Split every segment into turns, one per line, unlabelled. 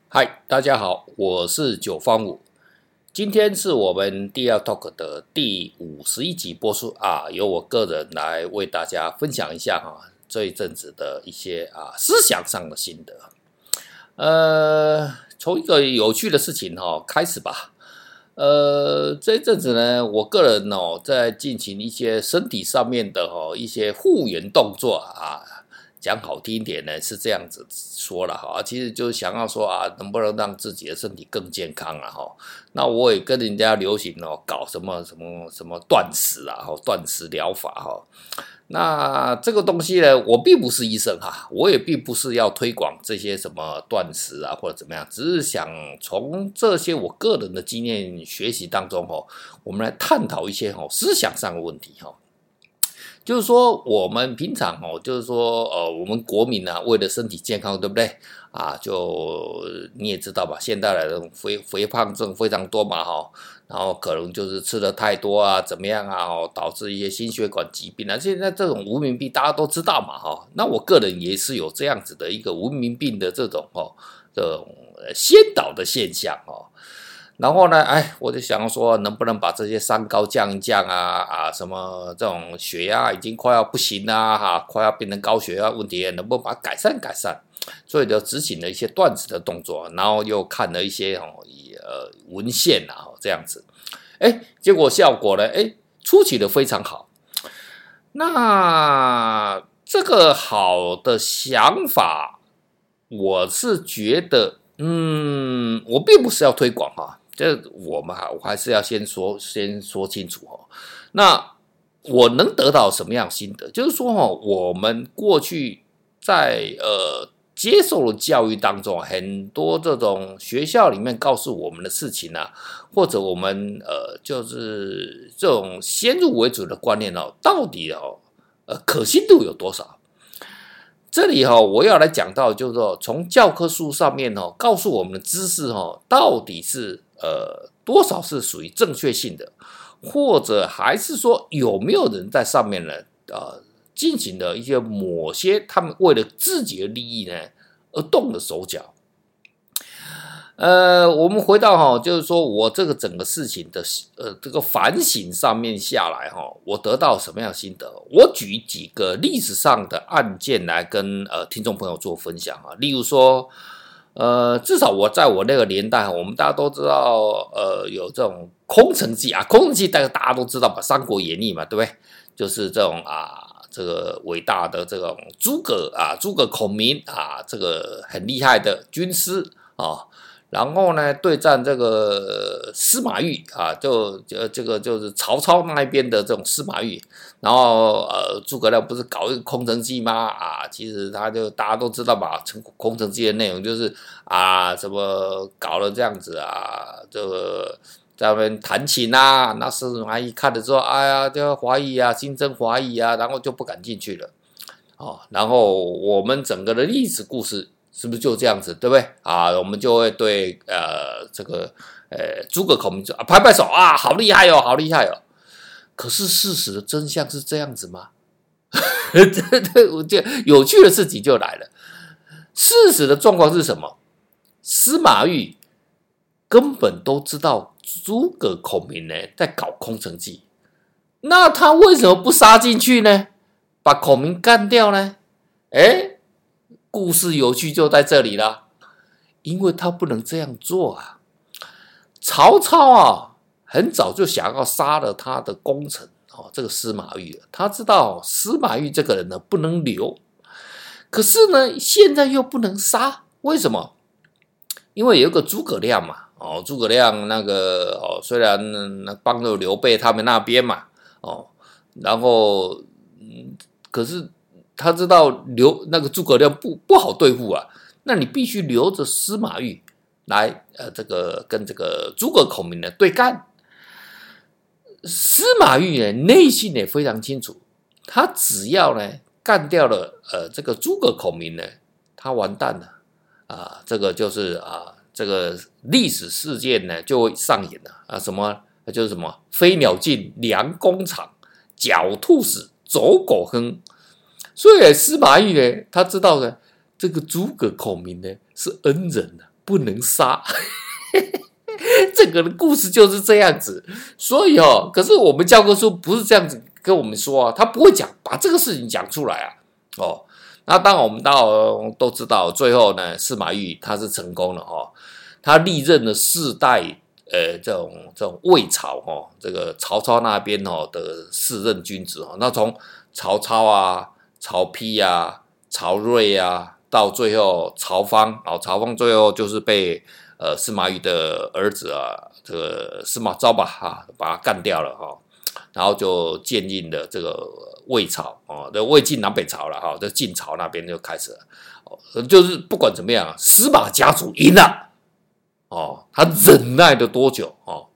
嗨，大家好，我是九方五。今天是我们第二 talk 的第51集播出啊，由我个人来为大家分享一下这一阵子的一些思想上的心得。从一个有趣的事情开始吧。这一阵子呢，我个人在进行一些身体上面的一些护原动作啊。讲好听一点呢，是这样子说了哈，其实就是想要说能不能让自己的身体更健康啊哈。那我也跟人家流行搞什么断食断食疗法哈。那这个东西呢，我并不是医生哈，我也并不是要推广这些什么断食或者怎么样，只是想从这些我个人的经验学习当中我们来探讨一些思想上的问题哈。就是说，我们平常就是说，我们国民为了身体健康，对不对就你也知道吧，现代的肥胖症非常多嘛然后可能就是吃的太多怎么样导致一些心血管疾病现在这种无名病大家都知道嘛那我个人也是有这样子的一个无名病的这种先导的现象然后呢，我就想说，能不能把这些三高降一降什么这种血压已经快要不行快要变成高血压问题，能不能把它改善？所以就执行了一些断食的动作，然后又看了一些文献这样子，结果效果呢，出奇的非常好。那这个好的想法，我是觉得，我并不是要推广这我还是要先说清楚那我能得到什么样的心得？就是说我们过去在接受的教育当中，很多这种学校里面告诉我们的事情或者我们就是这种先入为主的观念到底可信度有多少？这里我要来讲到，就是说从教科书上面告诉我们的知识到底是多少是属于正确性的，或者还是说有没有人在上面呢进行了一些某些他们为了自己的利益呢而动了手脚。我们回到就是说我这个整个事情的这个反省上面下来我得到什么样的心得？我举几个历史上的案件来跟听众朋友做分享例如说至少在我那个年代我们大家都知道有这种空城计空城计大家都知道吧，《三国演义》嘛，对不对？就是这种这个伟大的这种诸葛孔明这个很厉害的军师然后呢，对战这个司马懿这个就是曹操那一边的这种司马懿，然后诸葛亮不是搞一个空城计吗？其实大家都知道吧，空城计的内容就是什么搞了这样子这个在那边弹琴那司马懿看了之后，哎呀，就怀疑心生怀疑然后就不敢进去了然后我们整个的历史故事。是不是就这样子，对不对我们就会对这个诸葛孔明拍拍手好厉害好厉害可是事实的真相是这样子吗？这有趣的事情就来了。事实的状况是什么？司马懿根本都知道诸葛孔明呢在搞空城计，那他为什么不杀进去呢？把孔明干掉呢？故事有趣就在这里了，因为他不能这样做曹操很早就想要杀了他的功臣这个司马懿了，他知道司马懿这个人呢不能留，可是呢现在又不能杀，为什么？因为有一个诸葛亮嘛诸葛亮那个虽然帮了刘备他们那边嘛然后可是他知道那个诸葛亮不好对付那你必须留着司马懿来这个跟这个诸葛孔明的对干。司马懿呢内心也非常清楚，他只要呢干掉了这个诸葛孔明呢，他完蛋了这个就是这个历史事件呢就会上演了什么就是什么飞鸟尽，良弓藏，狡兔死，走狗烹。所以司马懿呢，他知道呢，这个诸葛孔明呢是恩人不能杀。这个的故事就是这样子，所以可是我们教科书不是这样子跟我们说啊，他不会把这个事情讲出来啊。那当然我们都知道，最后呢，司马懿他是成功了他历任了4代这种魏朝这个曹操那边的4任君子那从曹操啊、曹丕啊、曹睿啊，到最后曹芳曹芳最后就是被司马懿的儿子这个司马昭吧把他干掉了然后就建立了这个魏朝这魏晋南北朝了这晋朝那边就开始了就是不管怎么样，司马家族赢了他忍耐了多久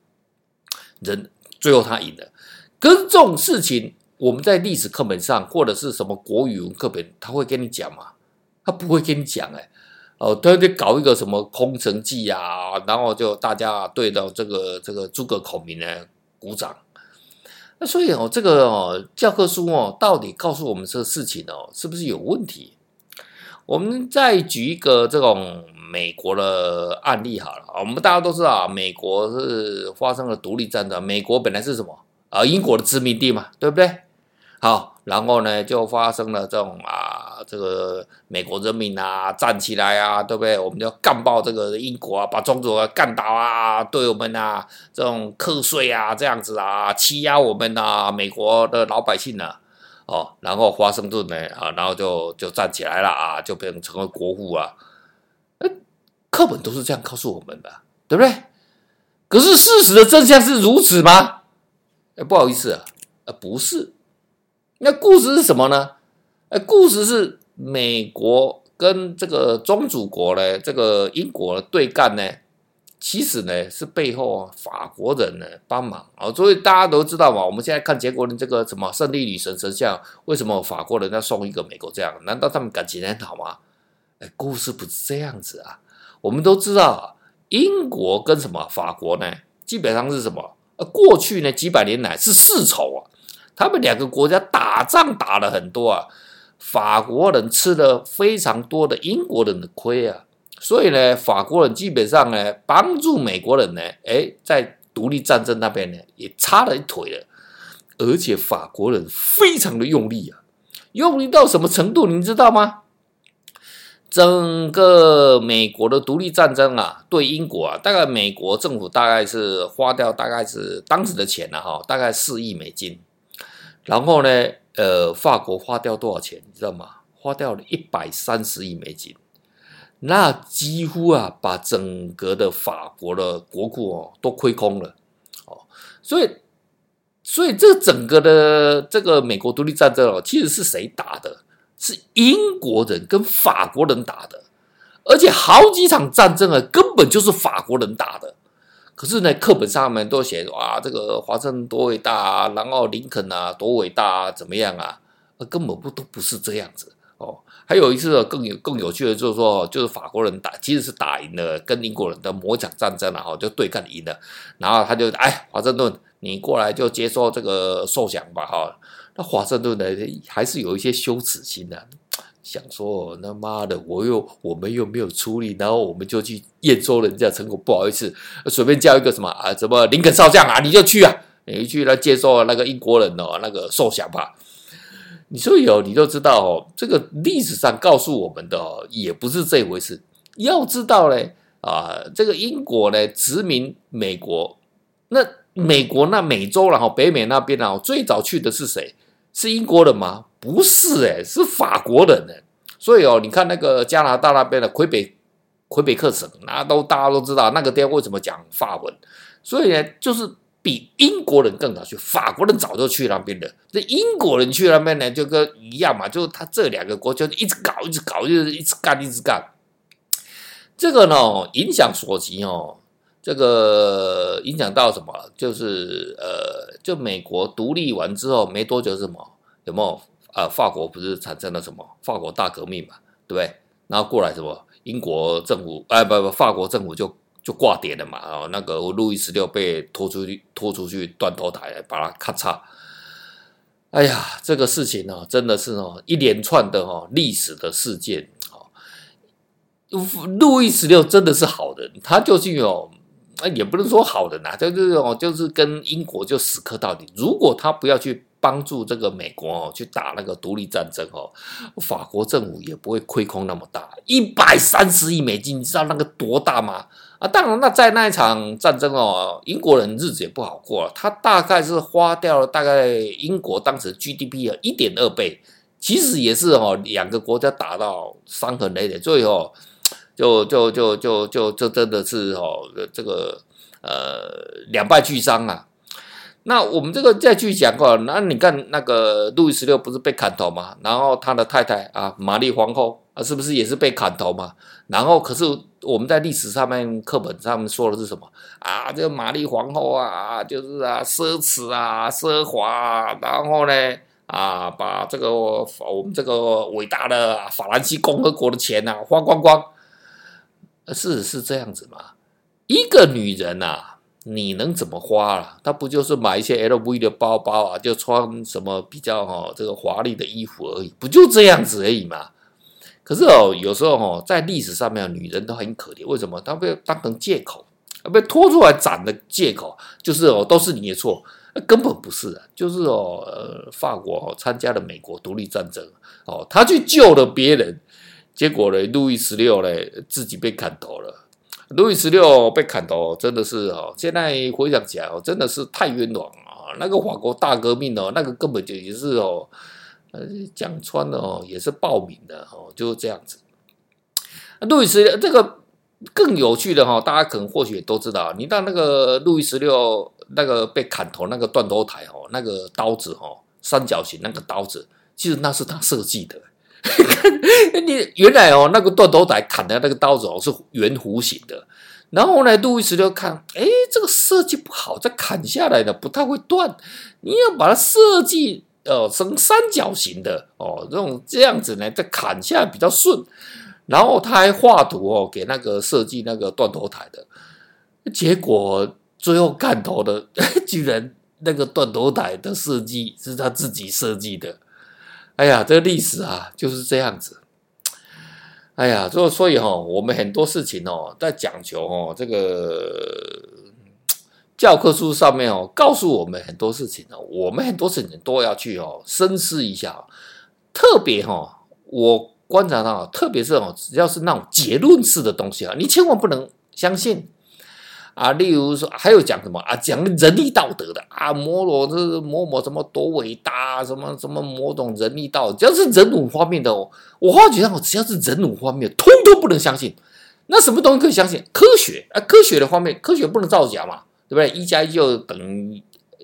最后他赢了。可是这种事情，我们在历史课本上或者是什么国语文课本，他会跟你讲吗？他不会跟你讲他就搞一个什么空城计啊，然后就大家对到这个诸葛孔明呢鼓掌。那所以这个教科书到底告诉我们这个事情是不是有问题？我们再举一个这种美国的案例好了，我们大家都知道美国是发生了独立战争，美国本来是什么英国的殖民地嘛，对不对？好，然后呢就发生了这种这个美国人民站起来对不对？我们就干爆这个英国把中国干倒对我们这种课税这样子欺压我们美国的老百姓然后华盛顿呢然后就站起来了就变成为国父课本都是这样告诉我们的，对不对？可是事实的真相是如此吗？不好意思不是。那故事是什么呢？故事是美国跟这个宗主国呢，这个英国对干呢，其实呢是背后法国人呢帮忙所以大家都知道嘛，我们现在看结果人这个什么胜利女神神像，为什么法国人要送一个美国这样？难道他们感情很好吗？故事不是这样子我们都知道英国跟什么法国呢，基本上是什么？过去呢几百年来是世仇他们两个国家打仗打了很多法国人吃了非常多的英国人的亏所以呢，法国人基本上呢帮助美国人呢，在独立战争那边呢也插了一腿了，而且法国人非常的用力用力到什么程度你知道吗？整个美国的独立战争对英国大概美国政府大概是花掉大概是当时的钱大概4亿美金。然后呢法国花掉多少钱你知道吗？花掉了130亿美金。那几乎把整个的法国的国库都亏空了所以这整个的这个美国独立战争其实是谁打的？是英国人跟法国人打的，而且好几场战争根本就是法国人打的。可是呢，课本上面都写这个华盛顿多伟大然后林肯多伟大怎么样根本都不是这样子还有一次更有趣的就是说，就是法国人其实是打赢了跟英国人的某一场战争就对干赢了，然后他就华盛顿你过来就接受这个受降吧那华盛顿呢还是有一些羞耻心想说他妈的我们又没有出力，然后我们就去验收人家成果，不好意思随便叫一个什么什么林肯少将你就去你去来接受那个英国人那个受降吧。所以你就知道这个历史上告诉我们的也不是这回事。要知道呢这个英国呢殖民美国，那美国那美洲然后北美那边最早去的是谁？是英国人吗？不是是法国人所以你看那个加拿大那边的魁北克省大家都知道那个地方为什么讲法文，所以呢就是比英国人更早去，法国人早就去那边了。这英国人去那边呢就跟一样嘛，就是他这两个国家一直搞就是一直干这个呢影响所及这个影响到什么？就是就美国独立完之后没多久是什么？有没有法国不是产生了什么法国大革命嘛，对不对？然后过来什么英国政府法国政府就挂点了嘛那个路易16被拖出去断头台把他咔嚓。哎呀，这个事情真的是一连串的历史的事件路易16真的是好人，他就是也不能说好人啊，就是跟英国就死磕到底。如果他不要去帮助这个美国去打那个独立战争法国政府也不会亏空那么大，130亿美金，你知道那个多大吗？当然，那在那一场战争英国人日子也不好过了，他大概是花掉了大概英国当时 GDP 的1.2倍，其实也是两个国家打到伤痕累累，所以就真的是这个两败俱伤啊。那我们这个再去讲那你看那个路易16不是被砍头吗？然后他的太太玛丽皇后是不是也是被砍头嘛？然后可是我们在历史上面课本上面说的是什么这个玛丽皇后就是奢侈奢华然后呢把这个我们这个伟大的法兰西共和国的钱花光光。事实是这样子吗？一个女人你能怎么花啦？她不就是买一些 LV 的包包就穿什么比较这个华丽的衣服而已，不就这样子而已嘛？可是有时候在历史上面女人都很可怜，为什么？她被当成借口，被拖出来斩的借口，就是都是你的错，根本不是就是法国参加了美国独立战争他去救了别人，结果呢，路易16呢自己被砍头了。路易16被砍头真的是现在回想起来真的是太冤枉那个法国大革命那个根本就也是讲穿了也是暴民的就是这样子。路易16这个更有趣的大家可能或许也都知道，你到那个路易16那个被砍头那个断头台那个刀子三角形那个刀子，其实那是他设计的。你原来那个断头台砍的那个刀子是圆弧形的，然后呢路易16看这个设计不好，这砍下来的不太会断，你要把它设计成三角形的这样子呢再砍下来比较顺，然后他还画图给那个设计那个断头台的，结果最后砍头的居然那个断头台的设计是他自己设计的。哎呀，这个历史就是这样子。哎呀，所以我们很多事情在讲求这个教科书上面告诉我们很多事情我们很多事情都要去深思一下。特别我观察到，特别是只要是那种结论式的东西你千万不能相信。例如说还有讲什么讲仁义道德的某什么多伟大什么什么某种仁义道德，只要是人文方面的我发觉只要是人文方面的通通不能相信。那什么东西可以相信？科学科学的方面，科学不能造假嘛，对不对？1+1就等于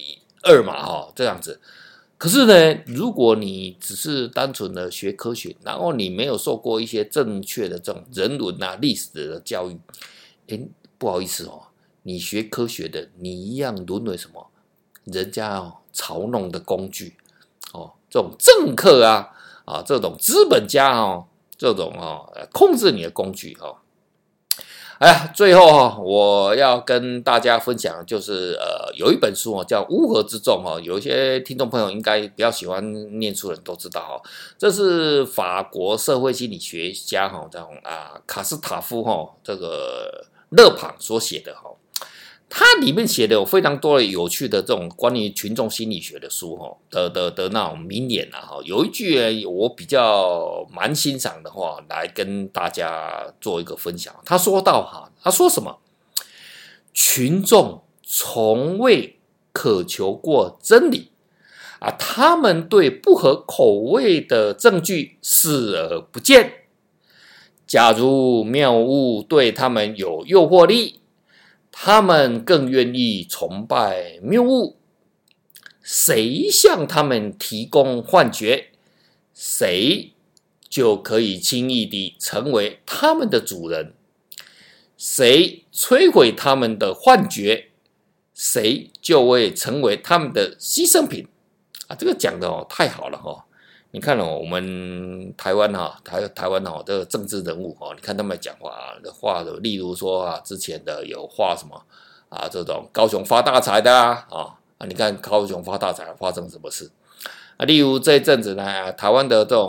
2嘛这样子。可是呢，如果你只是单纯的学科学，然后你没有受过一些正确的这种人文历史的教育，不好意思你学科学的，你一样沦为什么？人家嘲弄的工具这种政客这种资本家这种控制你的工具哎呀，最后我要跟大家分享就是有一本书叫《乌合之众》有一些听众朋友应该比较喜欢念书的人都知道这是法国社会心理学家这种卡斯塔夫这个勒庞所写的它里面写的有非常多的有趣的这种关于群众心理学的书的那种名言有一句我比较蛮欣赏的话来跟大家做一个分享。他说到他说什么？群众从未渴求过真理他们对不合口味的证据视而不见。假如谬误对他们有诱惑力，他们更愿意崇拜谬误。谁向他们提供幻觉，谁就可以轻易地成为他们的主人。谁摧毁他们的幻觉，谁就会成为他们的牺牲品这个讲的太好了你看我们台湾台湾这个政治人物你看他们讲话的例如说之前的有画什么这种高雄发大财的你看高雄发大财发生什么事例如这一阵子呢台湾的这种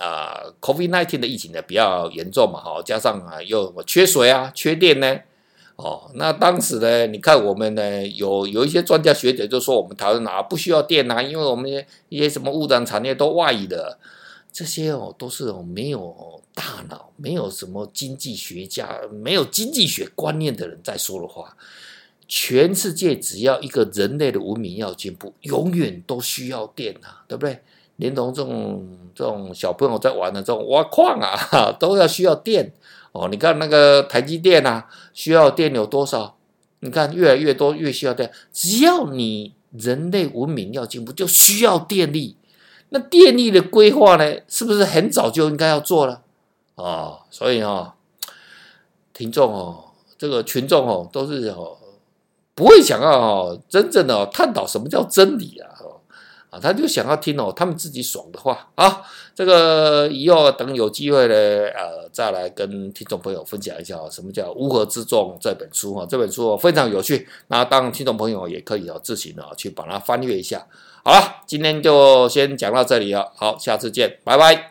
COVID-19 的疫情呢比较严重嘛，加上又缺水啊、缺电呢，那当时呢，你看我们呢有一些专家学者就说我们台湾不需要电啊，因为我们一些什么污染产业都外移的，这些都是没有大脑、没有什么经济学家、没有经济学观念的人在说的话。全世界只要一个人类的文明要进步，永远都需要电啊，对不对？连同这种小朋友在玩的这种挖矿啊，都要需要电你看那个台积电啊，需要电有多少？你看越来越多，越需要电。只要你人类文明要进步，就需要电力。那电力的规划呢，是不是很早就应该要做了？所以听众这个群众都是不会想要真正的探讨什么叫真理他就想要听他们自己爽的话啊。这个以后等有机会呢，再来跟听众朋友分享一下什么叫《乌合之众》这本书这本书非常有趣，那当然听众朋友也可以自行去把它翻阅一下。好了，今天就先讲到这里了，好，下次见，拜拜。